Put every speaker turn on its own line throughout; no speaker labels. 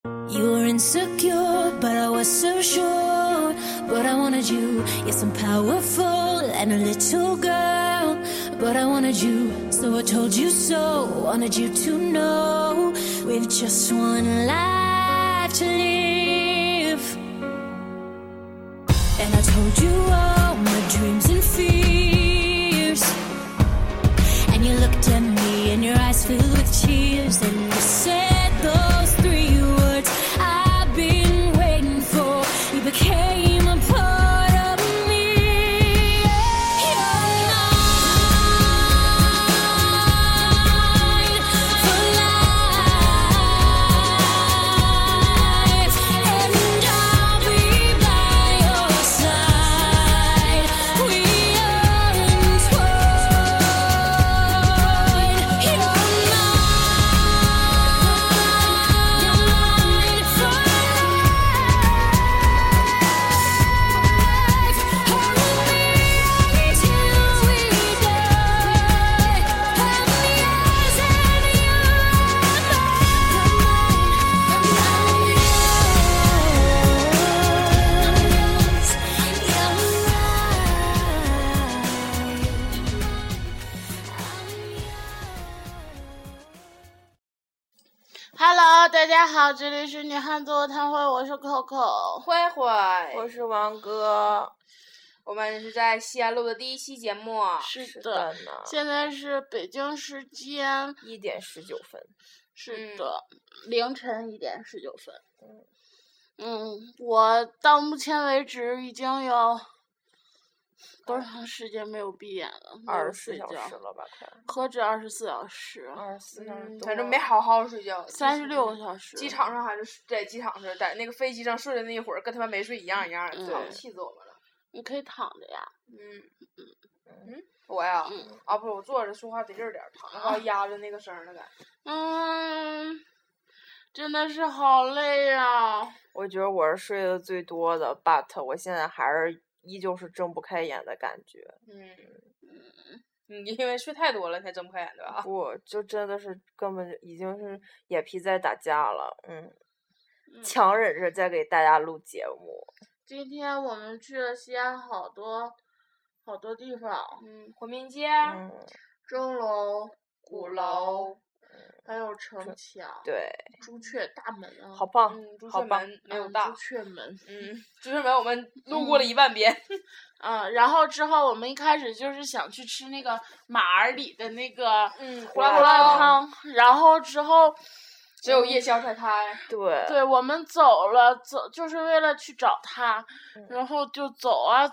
You were insecure, but I was so sure. But I wanted you, yes, I'm powerful and a little girl. But I wanted you, so I told you so. Wanted you to know we've just one life to live. And I told you all my dreams and fears. And you looked at me and your eyes filled with tears. And you said those 3 words I've been waiting for. You became a part of me. You're mine for life. And I'll be by your side. We are entwined. You're mine for life. Hold me till we die. I'm yours and you're
Hello， 大家好，这里是女汉子座谈会，我是 Coco。
坏坏，
我是王哥。
我们是在西安录的第1期节目，
是
的呢，
现在是北京时间
1点19分。
是的，凌晨1点19分。我到目前为止已经有多长时间没有闭眼了？没有
24
睡觉
小时了吧？快
何止24小时
24小时多，
反正没好好睡觉
，36个小时。
机场上还是在机场是在那个飞机上睡的那一会儿，跟他们没睡一样的，
对
气死我们了。
你可以躺着呀。
我呀，不是我坐着说话得劲儿点儿，躺着话压着那个声儿了该。
真的是好累呀。
我觉得我是睡的最多的 ，but 我现在还是依旧是睁不开眼的感觉。
你因为睡太多了才睁不开眼的吧？
不，就真的是根本已经是眼皮在打架了。强忍着在给大家录节目。
今天我们去了西安好多地方，
回民街、
钟楼、鼓楼，还有城墙，
对，
朱雀大门啊，
好棒，
朱
好棒，
雀门没有大，
朱雀门，
朱雀门我们路过了1万遍。
然后之后我们一开始就是想去吃那个马尔里的那个
胡辣
汤，然后之后
只有夜宵才开。
对，
我们走就是为了去找他，然后就走了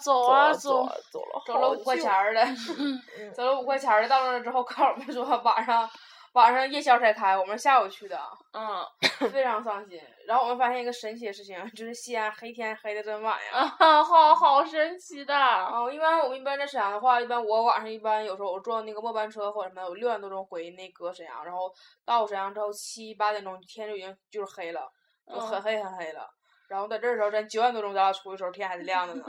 5块钱的，走了5块钱的，到那之后告诉我们说晚上夜宵才开，我们下午去的，非常伤心。然后我们发现一个神奇的事情，就是西安黑天黑的真晚呀，
好神奇的。
我们一般在沈阳的话，我晚上有时候我坐那个末班车或者什么，我6点多钟回那个沈阳，然后到沈阳之后7、8点钟天就已经就是黑了，就很黑了。然后在这儿的时候，咱9点多钟咱俩出去的时候天还是亮的呢。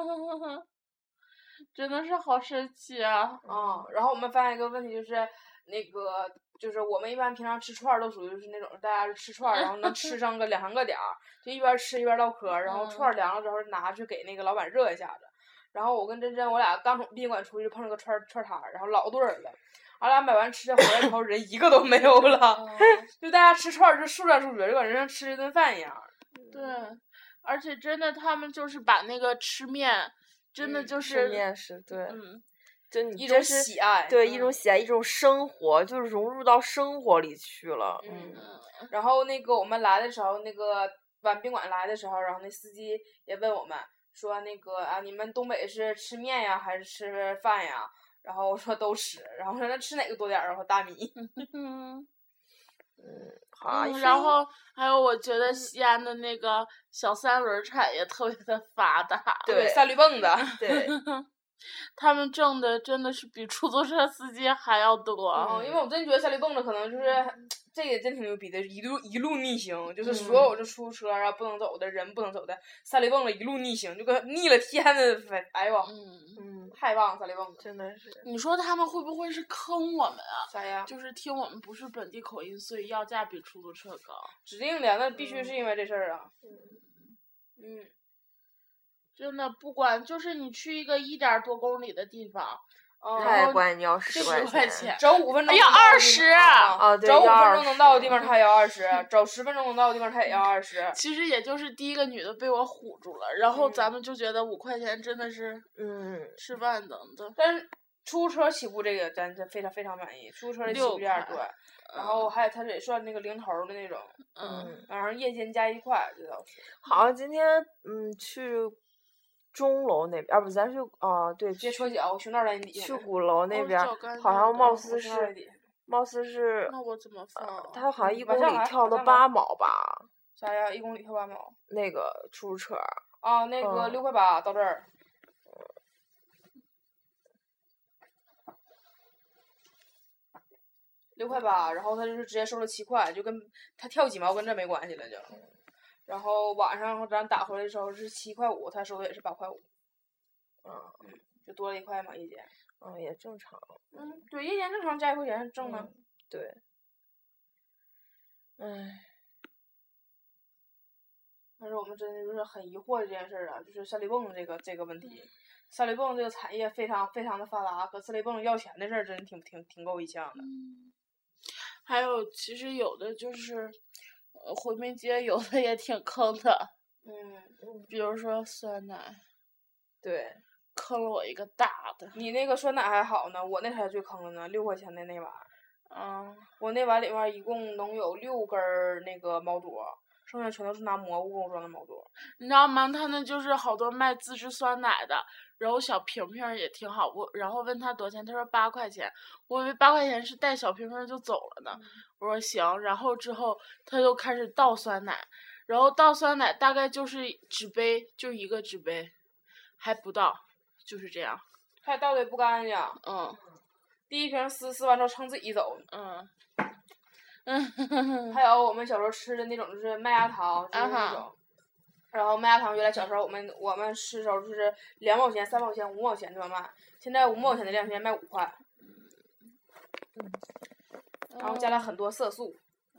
真的是好神奇啊！
然后我们发现一个问题，就是就是我们一般平常吃串儿都属于是那种大家吃串儿，然后能吃上个2、3个点儿，就一边吃一边唠嗑，然后串儿凉了之后拿去给那个老板热一下子。然后我跟珍珍我俩刚从宾馆出去碰上个串摊儿，然后老多人了，俺俩买完吃的回来之后人一个都没有了，就大家吃串儿就速战速决，就跟人像吃一顿饭一样。
对，而且真的他们就是把那个吃面，真的就是
吃面食，对，就你
一种喜爱，
对，一种喜爱，一种生活，就是融入到生活里去了。
然后那个我们来的时候，那个往宾馆来的时候，然后那司机也问我们说那个你们东北是吃面呀还是吃饭呀？然后我说都吃，然后我说那吃哪个多点儿？然后大米。
好，
然后还有我觉得西安的那个小3轮产业特别的发达，
对，三驴蹦子，
对，
他们挣的真的是比出租车司机还要多。
因为我真觉得三里蹦子可能就是这也真挺牛逼的，一路逆行，就是所有这出租车啊不能走的人不能走的，三里蹦子一路逆行，就跟逆了天的飞，哎呦，太棒了，三里蹦子
真的是。
你说他们会不会是坑我们啊？
啥呀？
就是听我们不是本地口音，所以要价比出租车高。
指定的，那必须是因为这事儿啊。
真的不管，就是你去一个1点多公里的地方，
他也管你要
10块钱，
走5分钟
要20。
走5分钟能到的地方他也要20，走10分钟能到的地方他也要20。
其实也就是第一个女的被我唬住了，然后咱们就觉得5块钱真的是，是万能的。
但是出租车起步这个咱非常非常满意，出租车的起步价对，然后还有他得算那个零头的那种，然后夜间加1块，这倒是。
好像今天去钟楼那边，不，咱去对，
别戳脚，我胸罩在你底下。
去鼓楼那边，好像貌似是，
那我怎么放？
他好像1公里跳的8毛吧？
啥呀？1公里跳8毛？
那个出租车。
那个6块8到这儿。6块8，然后他就是直接收了7块，就跟他跳几毛跟这没关系了就。然后晚上咱打回来的时候是7块5，他收的也是8块5。就多了1块嘛，夜间。
也正常。
对，夜间正常加1块钱挣的。
对。
但是我们真的就是很疑惑这件事儿啊，就是三里蹦这个问题。三里蹦这个产业非常非常的发达，可三里蹦要钱的事儿真挺够一呛的。
还有，其实有的就是回民街有的也挺坑的。比如说酸奶。
对。
坑了我一个大的。
你那个酸奶还好呢，我那才最坑的呢，6块钱的那碗。我那碗里面一共能有6根那个毛肚，剩下全都是拿蘑菇给我装的毛肚。
你知道吗？他那就是好多卖自制酸奶的，然后小瓶瓶也挺好。然后问他多少钱，他说8块钱。我以为8块钱是带小瓶瓶就走了呢。我说行，然后之后他就开始倒酸奶，然后倒酸奶大概就是纸杯，就一个纸杯，还不到。就是这样，
还倒的不干净。第一瓶撕完之后称自己走。还有我们小时候吃的那种就是麦芽糖，就是那种。然后麦芽糖原来小时候我们吃的时候就是2毛钱、3毛钱、5毛钱这么卖，现在5毛钱的量现在卖5块。然后加了很多色素。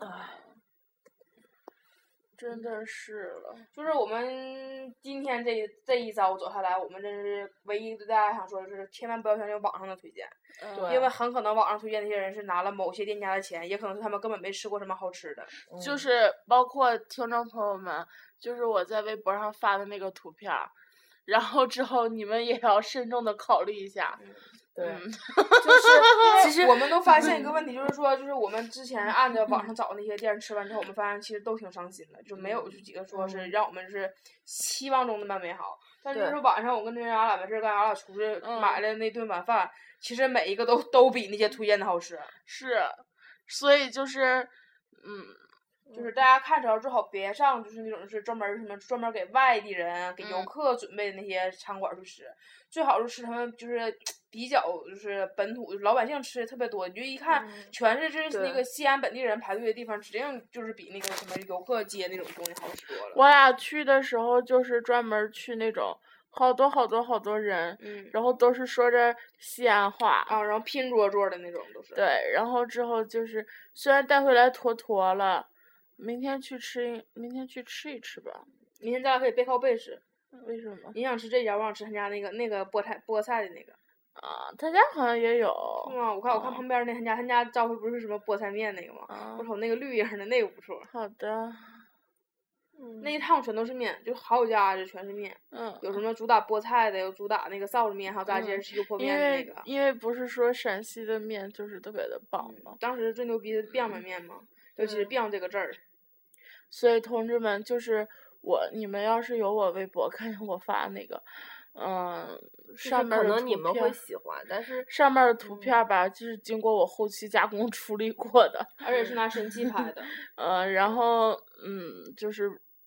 真的是了，
就是我们今天这一遭走下来，我们真是唯一对大家想说的是，千万不要相信网上的推荐，因为很可能网上推荐那些人是拿了某些店家的钱，也可能是他们根本没吃过什么好吃的。
就是包括听众朋友们，就是我在微博上发的那个图片，然后之后你们也要慎重的考虑一下。
对，
就是其实我们都发现一个问题，就是说，就是我们之前按照网上找那些店吃完之后，我们发现其实都挺伤心的，就没有几个说是让我们是期望中那么美好。但是就是晚上我跟那俺俩没事干，俺俩出去买了那顿晚饭，其实每一个都比那些推荐的好吃。
是，所以就是
就是大家看着最好别上，就是那种是专门给外地人、给游客准备的那些餐馆去吃，最好是吃他们就是比较就是本土老百姓吃的特别多，你就一看全是这那个西安本地人排队的地方，指定就是比那个什么游客街那种东西好吃多了。
我俩去的时候就是专门去那种好多人，然后都是说着西安话
然后拼桌的那种都是。
对，然后之后就是虽然带回来坨了。明天去吃一吃吧。
明天咱俩可以背靠背吃。
为什么？
你想吃这家，我想吃他家那个菠菜的那个。
他家好像也有。
是吗？我看旁边那他家招牌不是什么菠菜面那个吗？我瞅那个绿叶的那个不错。
好的。
那一趟全都是面，就好几家就全是面。有什么主打菠菜的，有主打那个臊子面，还有大街油泼面的那个。
因为不是说陕西的面就是特别的棒吗？
当时最牛逼的biang焖面嘛，尤其是biang这个字儿。
所以同志们，就是你们要是有我微博看见我发那个，上面的
可能你们会喜欢，但是
上面的图片吧，就是经过我后期加工处理过的，
而且是拿神器拍的。
然后就是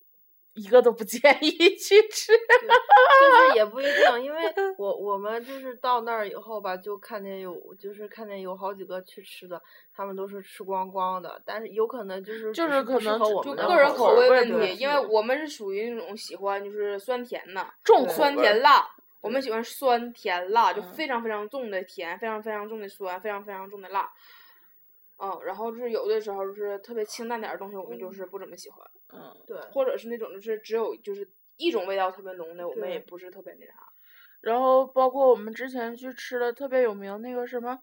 一个都不建议去吃。
就是也不一定，因为我们就是到那儿以后吧，就看见有好几个去吃的，他们都是吃光光的，但是有可能就是不适
可能
就
合我们的
个人口味问
对
题，因为我们是属于那种喜欢就是酸甜的，
重口
酸
味
甜辣。我们喜欢酸甜辣，就
嗯
非常非常重的甜，非常非常重的酸，非常非常重的辣。然后就是有的时候就是特别清淡点儿的东西，我们就是不怎么喜欢。
对，
或者是那种就是只有就是一种味道特别浓的，我们
对
也不是特别那啥。
然后包括我们之前去吃的特别有名那个什么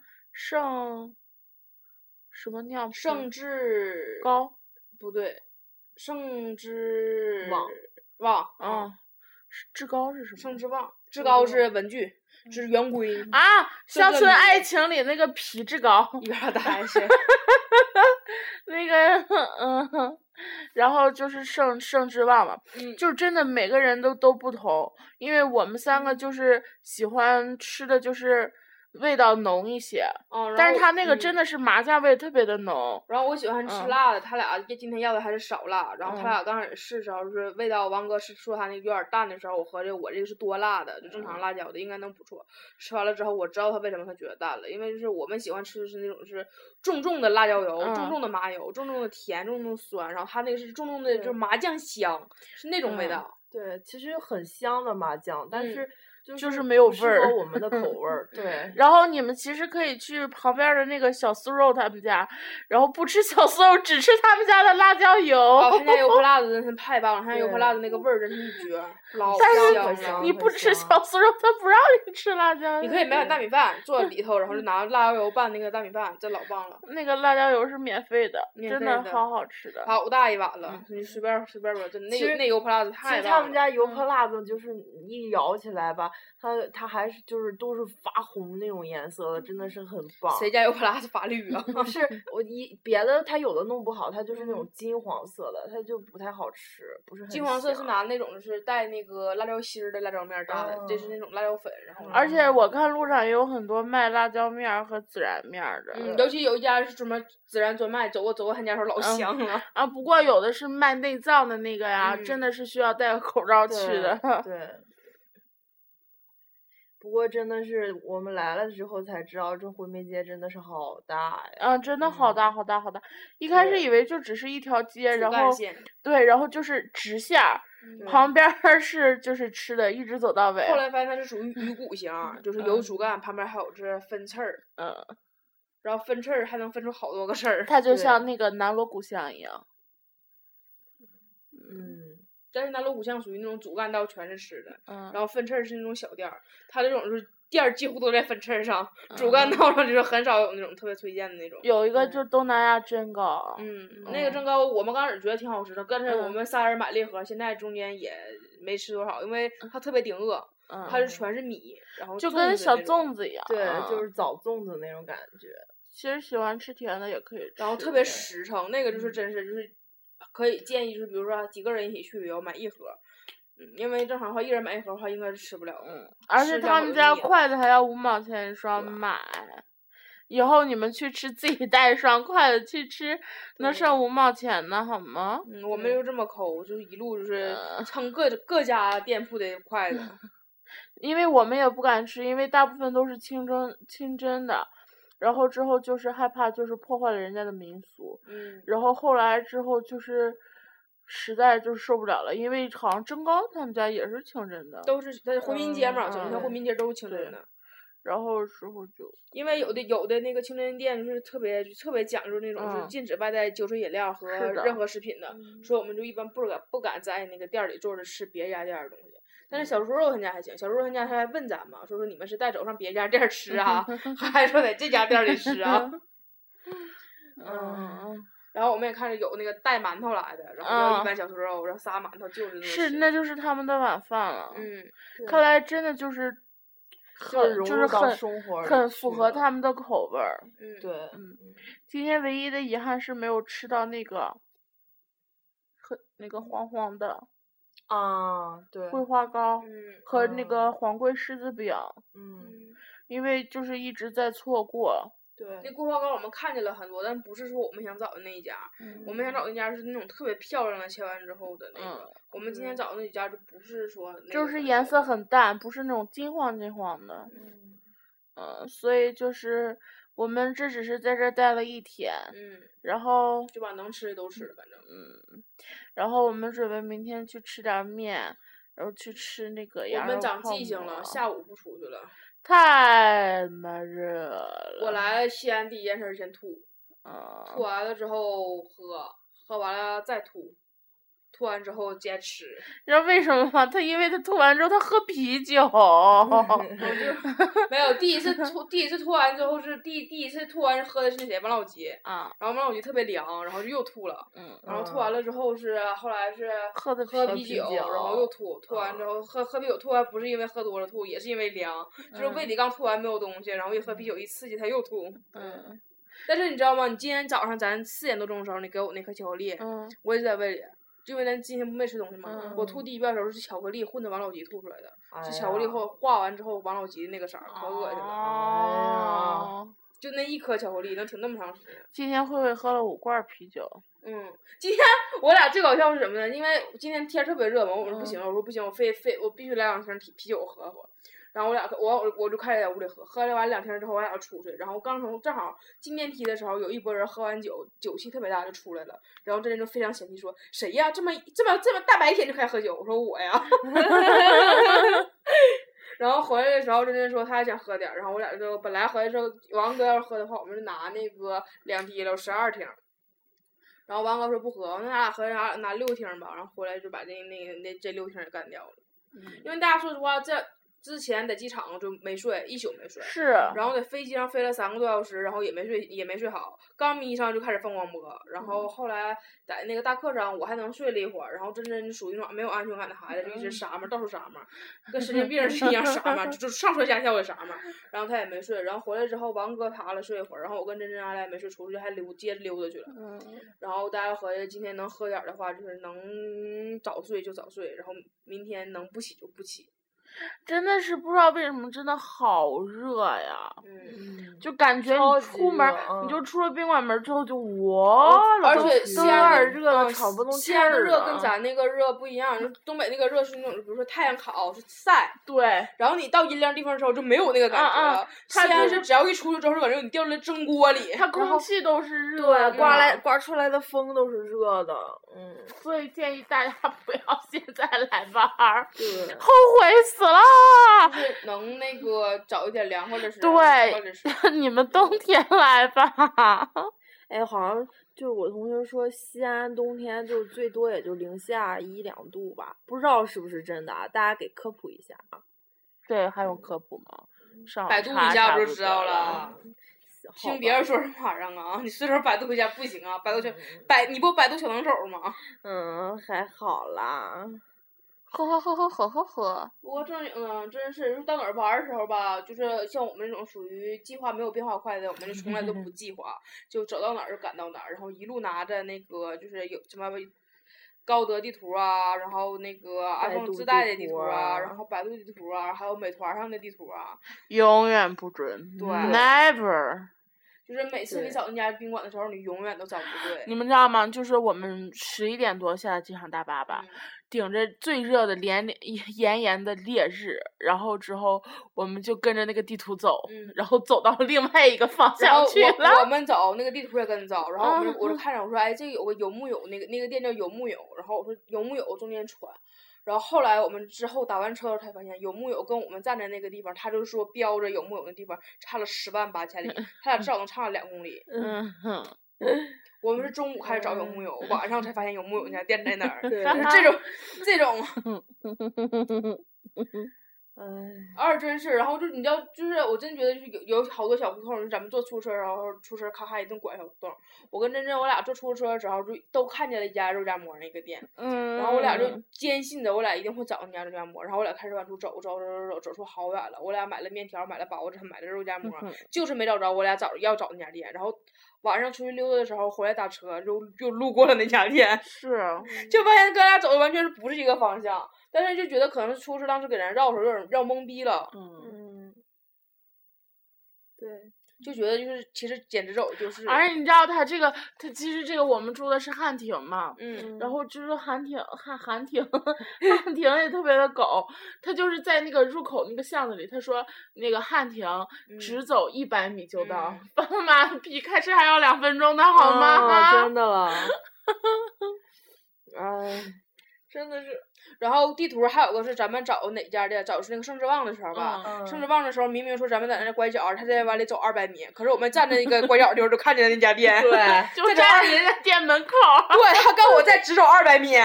什么酿
圣至
糕
不对，圣之
旺
旺
至高是什么？
圣之旺，至高是文具，是圆规
啊，乡村爱情里那个皮至高，
一边待去。
那个然后就是圣之旺嘛，就是真的每个人都不同，因为我们三个就是喜欢吃的就是味道浓一些，但是他那个真的是麻酱味特别的浓。
然后我喜欢吃辣的，他俩今天要的还是少辣，然后他俩刚开始试的时候就是味道，王哥是说他那个有点淡的时候，我合计我这个是多辣的，就正常辣椒的应该能不错。吃完了之后我知道他为什么他觉得淡了，因为就是我们喜欢吃的是那种是重的辣椒油、重的麻油、重的甜、重的酸，然后他那个是重的就是麻酱香，是那种味道。
对，其实很香的麻酱，但是
就是没有味儿，
我们的口味儿。对。
然后你们其实可以去旁边的那个小酥肉他们家，然后不吃小酥肉，只吃他们家的辣椒油。
他家油泼辣子真是太棒了，他家油泼辣子那个味儿真是一绝，老香了。
你不吃小酥肉，他不让你吃辣椒油。
你可以买碗大米饭做里头，然后就拿辣椒油拌那个大米饭，这老棒了。
那个辣椒油是免费的，真的好好吃的。
好大一碗了，你随便吧，真的那油泼辣子太棒了。
其实他们家油泼辣子就是一舀起来吧，它还是就是都是发红那种颜色的，真的是很棒。
谁家油泼辣子发绿啊？
不是别的，它有的弄不好，它就是那种金黄色的，它就不太好吃，不是很
金黄色是拿那种就是带那个辣椒芯儿的辣椒面炸的，这是那种辣椒粉。然后
而且我看路上也有很多卖辣椒面和孜然面的，
尤其有一家是专门孜然专卖，走过他家时候老香了。
不过有的是卖内脏的那个呀，真的是需要戴个口罩去的。
对。不过真的是我们来了之后才知道，这回民街真的是好大呀！
真的好大好大好大！一开始以为就只是一条街，然后对，然后就是直线，旁边是就是吃的，一直走到尾。
后来发现它是属于鱼骨型，就是有主干，旁边还有这分刺儿。然后分刺儿还能分出好多个刺儿。
它就像那个南锣鼓巷一样。
但是南锣鼓巷属于那种主干道全是吃的，然后分刺儿是那种小店儿，它这种是店儿几乎都在分刺儿上，主干道上就是很少有那种特别推荐的那种。
有一个就是东南亚蒸糕，
那个蒸糕我们刚开始觉得挺好吃的，但是我们仨人买了一盒，现在中间也没吃多少，因为它特别顶饿，它是全是米，然后
就跟小粽子一样，
对，就是枣粽子那种感觉。
其实喜欢吃甜的也可以吃，
然后特别实诚，那个就是真是就是可以建议就是比如说几个人一起去旅游买一盒，因为正常的话一人买一盒的话应该是吃不了的。
而且他们家筷子还要5毛钱一双买，以后你们去吃自己带一双筷子去吃，能剩5毛钱呢，好吗？
我们就这么抠，就是一路就是蹭各家店铺的筷子。
因为我们也不敢吃，因为大部分都是清真的。然后之后就是害怕，就是破坏了人家的民俗。然后后来之后就是实在就是受不了了，因为好像蒸糕他们家也是清真的，
都是在回民街嘛，整条回民街都是清真的。
然后之后就
因为有的那个清真店就是特别讲究那种是禁止外带酒水饮料和任何食品的，所以我们就一般不敢在那个店里坐着吃别家店的东西。但是小猪肉他家还行，小猪肉他家他还问咱嘛，说你们是带走上别家店吃啊，还说在这家店里吃啊。然后我们也看着有那个带馒头来的，然后要一碗小猪肉，然后仨馒头就是
那就是他们的晚饭了。看来真的就是很符合他们的口味儿。
对。
今天唯一的遗憾是没有吃到那个黄黄的。
对，
桂花糕，和那个黄桂柿子饼，因为就是一直在错过，
对，
那桂花糕我们看见了很多，但不是说我们想找的那一家。我们想找那家是那种特别漂亮的，切完之后的那个。我们今天找的那几家就不是说那个。
就是颜色很淡，不是那种金黄金黄的。所以就是我们这只是在这待了1天。然后
就把能吃的都吃了，反正。
然后我们准备明天去吃点面，然后去吃那个羊肉泡馍。
我们长记性了，下午不出去了。
太妈热了！
我来西安第一件事先吐，吐完了之后喝完了再吐，吐完之后接吃。
你知道为什么吗？因为他吐完之后他喝啤酒。
没有第一次吐完之后是第一次吐完喝的是那谁王老吉然后王老吉特别凉，然后就又吐了。然后吐完了之后是后来是喝啤酒，然后又吐完之后喝啤酒吐完不是因为喝多了吐，也是因为凉，就是胃里刚吐完没有东西，然后一喝啤酒一刺激他又吐。但是你知道吗？你今天早上咱4点多钟的时候，你给我那颗巧克力，我一直在胃里。就因为咱今天不没吃东西嘛，我吐第一遍的时候是巧克力混着王老吉吐出来的，是巧克力后化完之后王老吉那个色儿，可恶心了。就那一颗巧克力能挺那么长时间。
今天慧慧喝了5罐啤酒。
今天我俩最搞笑是什么呢？因为今天天特别热嘛，我说不行，我说不行，我必须来2瓶啤酒喝。然后我就开始在屋里喝了完2天之后，我俩要出去，然后正好进电梯的时候，有一拨人喝完酒气特别大就出来了，然后这人就非常嫌弃说：“谁呀？这么大白天就开始喝酒？”我说：“我呀。”然后回来的时候，真真说他想喝点，然后我俩就本来回来的时候，王哥要是喝的话，我们就拿那个2滴了12听。然后王哥说不喝，那咱俩喝拿6听吧，然后回来就把这6听也干掉了。因为大家说实话，之前在机场就没睡1宿没睡，
是，
然后在飞机上飞了3个多小时，然后也没睡好，刚迷上就开始放光播，然后后来在那个大客上我还能睡了一会儿，然后真真属于那种没有安全感的孩子，就一直撒嘛，到处撒嘛，跟神经病是一样撒嘛，就上蹿下跳的撒嘛，然后他也没睡，然后回来之后王哥爬了睡一会儿，然后我跟真真俺俩也没睡，出去还接着溜达去了，然后大家合计今天能喝点的话，就是能早睡就早睡，然后明天能不起就不起。
真的是不知道为什么，真的好热呀！就感觉你出门，你就出了宾馆门之后就
而且
西安热的喘不动气儿了。
西安的热跟咱那个热不一样，就东北那个热是那种，比如说太阳烤是晒，
对。
然后你到阴凉地方的时候就没有那个感觉了。西安是只要一出去之后，就感觉你掉进蒸锅里，
它空气都是热的，
对，刮出来的风都是热的。
所以建议大家不要现在来玩儿，
对，
后悔死了。
就是能那个找一点凉快的时
候，对，你们冬天来吧。
哎，好像就我同学说，西安冬天就最多也就零下1、2度吧，不知道是不是真的啊？大家给科普一下啊。
对，还有科普吗？上
百度一下不就知道了。听别人说什么玩意儿啊？你随手百度一下不行啊？你不百度小能手吗？
还好啦。
呵。
不过真是到哪儿玩的时候吧，就是像我们这种属于计划没有变化快的，我们就从来都不计划，就走到哪儿就赶到哪儿，然后一路拿着那个就是有什么高德地图啊，然后那个 iPhone 自带的地图啊，然后百度地图啊，还有美团上的地图啊，
永远不准。
对
，never。
就是每次你找那家宾馆的时候，你永远都找不对。
你们知道吗？就是我们11点多下的机场大巴吧，顶着最热的炎炎的烈日，然后之后我们就跟着那个地图走，然后走到另外一个方向去了。
我们走那个地图也跟着走，然后我就看着我说，哎，这个有个游牧友，那个店叫游牧友，然后我说游牧友中间穿。然后后来我们之后打完车才发现，有木有跟我们站在那个地方，他就是说标着有木有的地方差了108000里，他俩至少能差了2公里。我们是中午开始找有木有，晚上才发现有木有那家店在哪儿，就是这种。真是，然后就你知道，就是我真觉得就是有好多小胡同，就咱们坐出租车，然后出租车咔咔一顿拐小胡同。我跟真真我俩坐出租车的时候，就都看见了一家肉夹馍那个店，然后我俩就坚信着我俩一定会找那家肉夹馍，然后我俩开始往出走出好远了。我俩买了面条，买了包子，买了肉夹馍，就是没找着。我俩要找那家店，然后晚上出去溜达的时候回来打车，就路过了那家店，
是，
就发现哥俩走的完全是不是一个方向。但是就觉得可能是出租车当时给人绕的时候有点绕懵逼了。
对。
就觉得就是其实简直走就是。
而且你知道他其实这个我们住的是汉庭嘛，然后就是汉庭也特别的狗，他就是在那个入口那个巷子里，他说那个汉庭只走100米就到，爸妈比开车还要2分钟的好吗？
真的了。哎，
真的是。然后地图还有个是咱们找哪家的，找是那个盛之旺的时候吧。盛之旺的时候明明说咱们在那拐角，他在往里走200米，可是我们站在一个拐角地方就看见了那家店。
对，
就站人家店门口。
对，他跟我在只走200米。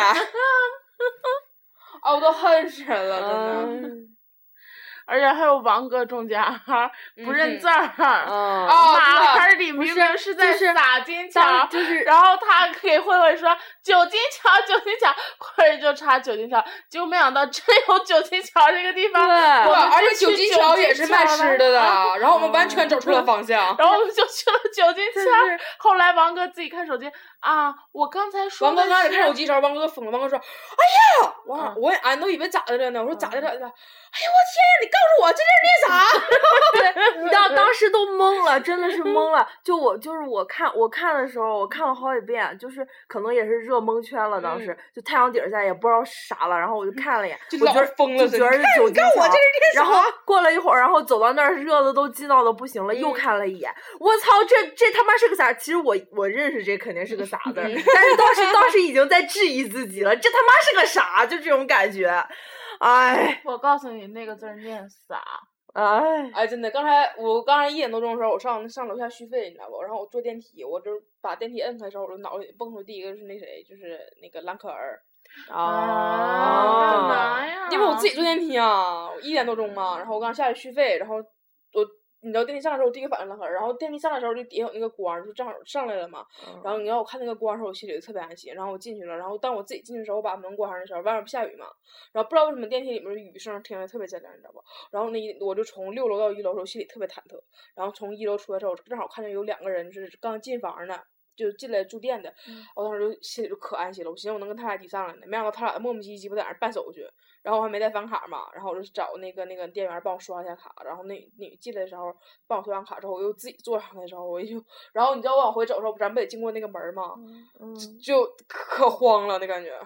我都恨死了，真的。
而且还有王哥中间不认字儿，
马
儿里明明是在撒金桥，
然
后他给慧慧说九金桥，慧慧就查九金桥，结果没想到真有九金桥这个地方。
对，而且九金桥也是卖吃的然后我们完全走错了方向，
然后我们就去了九金桥。后来王哥自己看手机我刚才说
王哥刚才看手机的时候，王哥疯了，王哥说：“哎呀，俺都以为咋的了呢？”我说：“咋的了？”哎呀，我天呀！你告诉我这是那啥？
对，你当时都懵了，真的是懵了。我看的时候，我看了好几遍，就是可能也是热蒙圈了。当时就太阳底下也不知道啥了，然后我就看了一眼，我觉得
疯了，
就觉得是九金桥。然后过了一会儿，然后走到那儿热的都激到的不行了，又看了一眼，我操，这他妈是个啥？其实我认识这肯定是个傻字，但是当时已经在质疑自己了，这他妈是个啥？就这种感觉。哎，
我告诉你，那个字念傻。
哎，真的，我刚才1点多钟的时候，我上楼下续费，你知道不？然后我坐电梯，我就把电梯摁开的时候，我脑袋里蹦出第一个是那谁，就是那个兰可儿。
干嘛呀？
因为我自己坐电梯我1点多钟嘛，然后我刚下去续费，然后你知道电梯上的时候，我第一个反应兰可儿，然后电梯上的时候就底下有那个光，就正好上来了嘛。然后你让我看那个光的时候，我心里就特别安心。然后我进去了，然后当我自己进去的时候，我把门关上的时候，外面不下雨嘛，然后不知道为什么电梯里面的雨声听着特别响亮，你知道不？然后我就从6楼到1楼的时候，心里特别忐忑。然后从1楼出来之后，正好看见有2个人就是刚进房的。就进来住店的，我当时就心里就可安心了。我寻思我能跟他俩抵上来呢，没想到他俩磨磨唧唧不在那儿办手续，然后我还没带饭卡嘛，然后我就找那个店员帮我刷一下卡，然后那进来的时候帮我刷完卡之后，我又自己坐上来的时候，然后你知道我往回走的时候，咱不得经过那个门吗？就可慌了那感觉。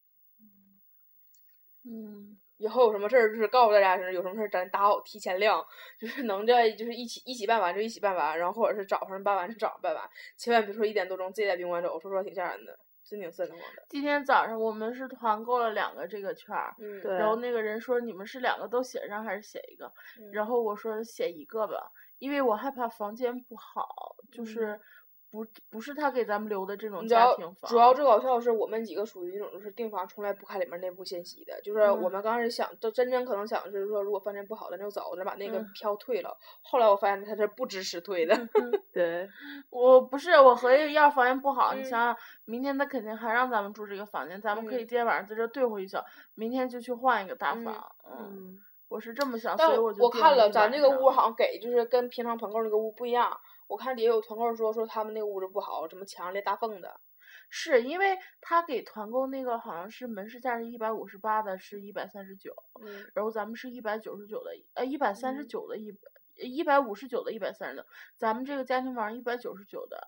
以后有什么事儿就是告诉大家是有什么事儿咱打好提前量，就是能在就是一起办完就一起办完，然后或者是早上办完就早上办完，千万别说1点多钟自己在宾馆走，说实话挺吓人的，真挺瘆得慌的。
今天早上我们是团购了2个这个券
对，
然后那个人说你们是2个都写上还是写一个？然后我说写一个吧，因为我害怕房间不好，就是不是他给咱们留的这种家庭房。
主要最搞笑的是我们几个属于那种就是订房从来不看里面内部信息的，就是我们刚开始想真正可能想就是说如果房间不好咱就走，咱把那个票退了。后来我发现他是不支持退的。
对，
我合计要房间不好，你想想明天他肯定还让咱们住这个房间，咱们可以今天晚上在这兑回一宿，明天就去换一个大房。我是这么想，所以
我看了咱这个屋好像给就是跟平常团购那个屋不一样。我看底下有团购说他们那个屋子不好，什么墙裂大缝的。
是因为他给团购那个好像是门市价是158的，是139，然后咱们是199的，139的159的130的，咱们这个家庭房199的。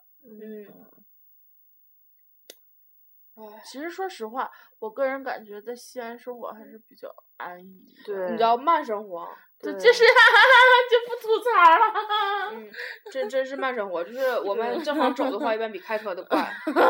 其实说实话，我个人感觉在西安生活还是比较安逸。
对，
你知道慢生活。
对，就是就不吐槽了。
真是慢生活，就是我们正常走的话，一般比开车都快。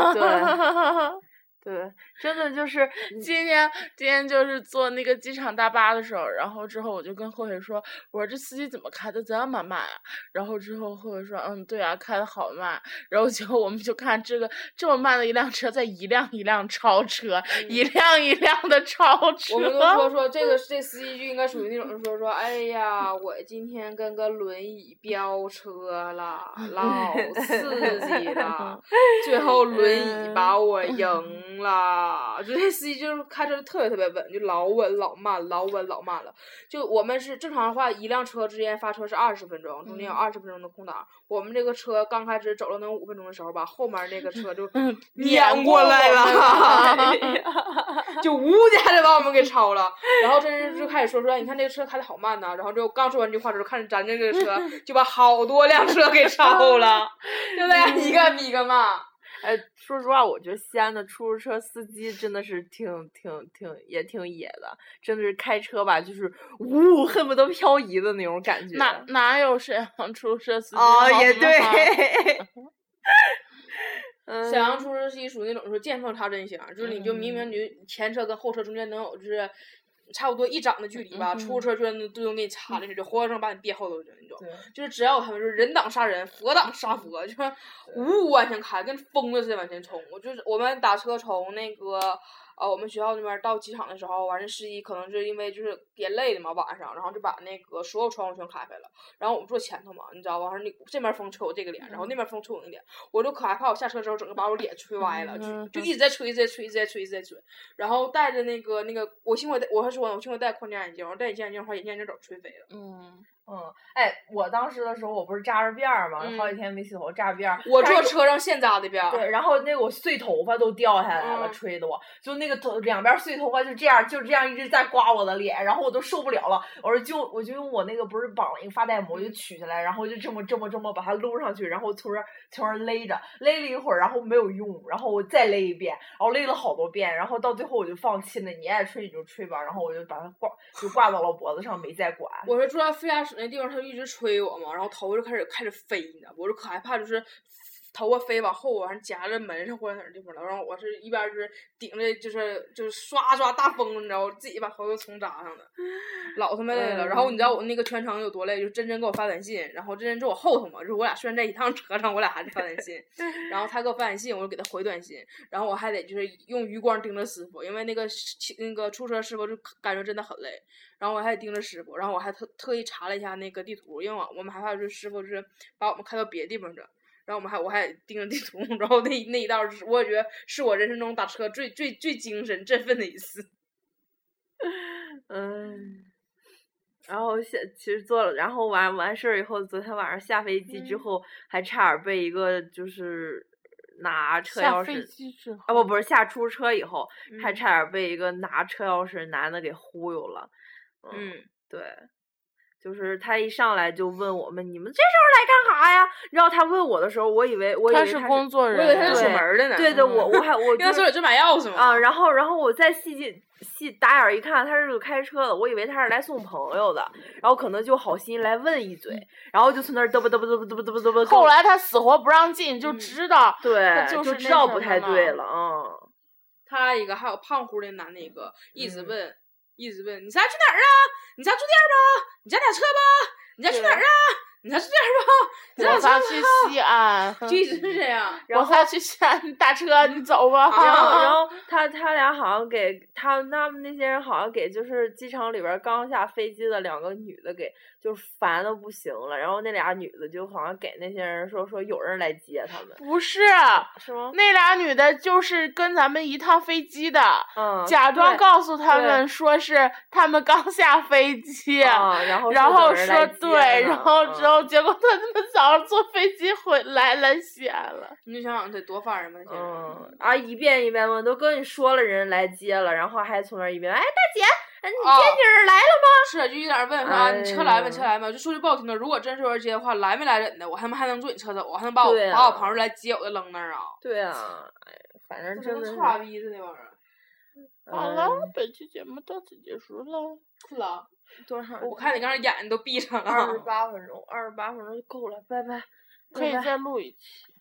对，真的就是
今天就是坐那个机场大巴的时候，然后之后我就跟慧慧说，我说这司机怎么开的这么慢呀？然后之后慧慧说，对啊，开的好慢。然后结果我们就看这么慢的一辆车在一辆一辆超车，一辆一辆的超车。
我们都说这司机就应该属于那种说，哎呀，我今天跟个轮椅飙车了，老刺激了，最后轮椅把我赢了。就这司机就是开车特别特别稳，就老稳老慢，老稳老慢了。就我们是正常的话，一辆车之间发车是20分钟，中间有20分钟的空档。我们这个车刚开始走了能5分钟的时候吧，后面那个车就碾过来了。 就呜家就把我们给超了。然后真就开始说，你看这个车开的好慢呐。然后就刚说完这句话之后，看着咱这个车就把好多辆车给超了，对不对？一个比一个慢。
说实话，我觉得西安的出租车司机真的是挺野的，真的是开车吧，就是恨不得漂移的那种感觉。
哪有沈阳出租车司机？
哦，也对。
沈阳出租车司机属于那种说见缝插针型，就是你就明明你前车跟后车中间能有就是差不多一掌的距离吧，出租车居然都能给你插进去，就活生生把你别后头去那种。就是只要他们就是人挡杀人，佛挡杀佛，就是往前开，跟疯了似的往前冲。我们打车从那个我们学校那边到机场的时候，完事司机可能是因为就是也累了嘛，晚上，然后就把那个所有窗户全开开了。然后我们坐前头嘛，你知道吧？完事这边风吹我这个脸，然后那边风吹我那个脸，我就可害怕，我下车之后整个把我脸吹歪了，就一直在吹，一直在吹。然后戴着那个，我幸亏戴框架眼镜，我戴隐形眼镜的话，隐形眼镜整吹飞了。
我当时的时候我不是扎着辫儿嘛，好几天没洗头，扎着辫儿。
我坐车上现扎的辫儿。
对，然后那个我碎头发都掉下来了，吹的我，就那个两边碎头发就这样一直在刮我的脸，然后我都受不了了。我就用我那个不是绑了一个发带膜，我就取下来，然后就这么把它搂上去，然后从这儿勒了一会儿，然后没有用，然后我再勒一遍，然后勒了好多遍，然后到最后我就放弃了，你爱吹你就吹吧，然后我就把它挂到了脖子上，没再管。
我是住在副驾驶那地方，他就一直吹我嘛，然后头就开始飞，你知道不？我就可害怕，就是头发飞往后，完上夹着门上或者哪儿地方了。然后我是一边就是顶着就是刷大风，你知道，我自己把头都冲扎上的，老他妈累了。然后你知道我那个全程有多累？就真给我发短信，然后真坐我后头嘛，就是我俩虽然在一趟车上，我俩还是发短信。然后他给我发短信，我就给他回短信，然后我还得就是用余光盯着师傅，因为那个出租车师傅就感觉真的很累。然后我还得盯着师傅，然后我还特意查了一下那个地图，因为我们害怕就是师傅就是把我们开到别的地方去。然后我还盯着地图，然后那一道我也觉得是我人生中打车最精神振奋的一次。
然后其实做了，然后完事儿以后，昨天晚上下飞机之后，还差点被一个就是拿车钥匙
下飞机之后
不是下出租车以后，还差点被一个拿车钥匙男的给忽悠了。对。就是他一上来就问我们，你们这时候来干啥呀？然后他问我的时候，我以为
他是工作人员，
我以为他是锁门的呢。
对，我
跟他手里就买钥匙嘛。
然后我再细打眼一看，他是个开车的，我以为他是来送朋友的，然后可能就好心来问一嘴，然后就从那儿嘚啵。
后来他死活不让进，就知道，
对，
就
知道不太对了。
他一个还有胖乎的男的一个一直问，你仨去哪儿啊？你仨住店吧？你家打车吧？你家去哪儿啊？你仨住店吧？
我仨去西安，
就一直是这样。
我仨去西安，你打车，你走吧。
然后他俩好像给他们那些人好像给就是机场里边刚下飞机的2个女的给就烦的不行了，然后那俩女的就好像给那些人说有人来接他们。
不是
吗？
那俩女的就是跟咱们一趟飞机的，假装告诉他们说是他们刚下飞机，
然后
说对，然后之后结果他们早上坐飞机回来西安了。
你就想想得多烦人吧？
一遍一遍问，都跟你说了人来接了，然后还从那儿一遍，哎，大姐。你接女来了吗？
是，就一点问啥，你车来没？就说句不好听的，如果真是有人接的话，来没来人的，我他妈还能坐你车走，我还能把我朋友来接我扔那儿啊？
对啊，反正真的是
傻逼似的玩意儿。
好了，本期节目到此结束了。
困了？
多少？
我看你刚才眼睛都闭上了。
28分钟就够了，拜拜。
可以再录一期。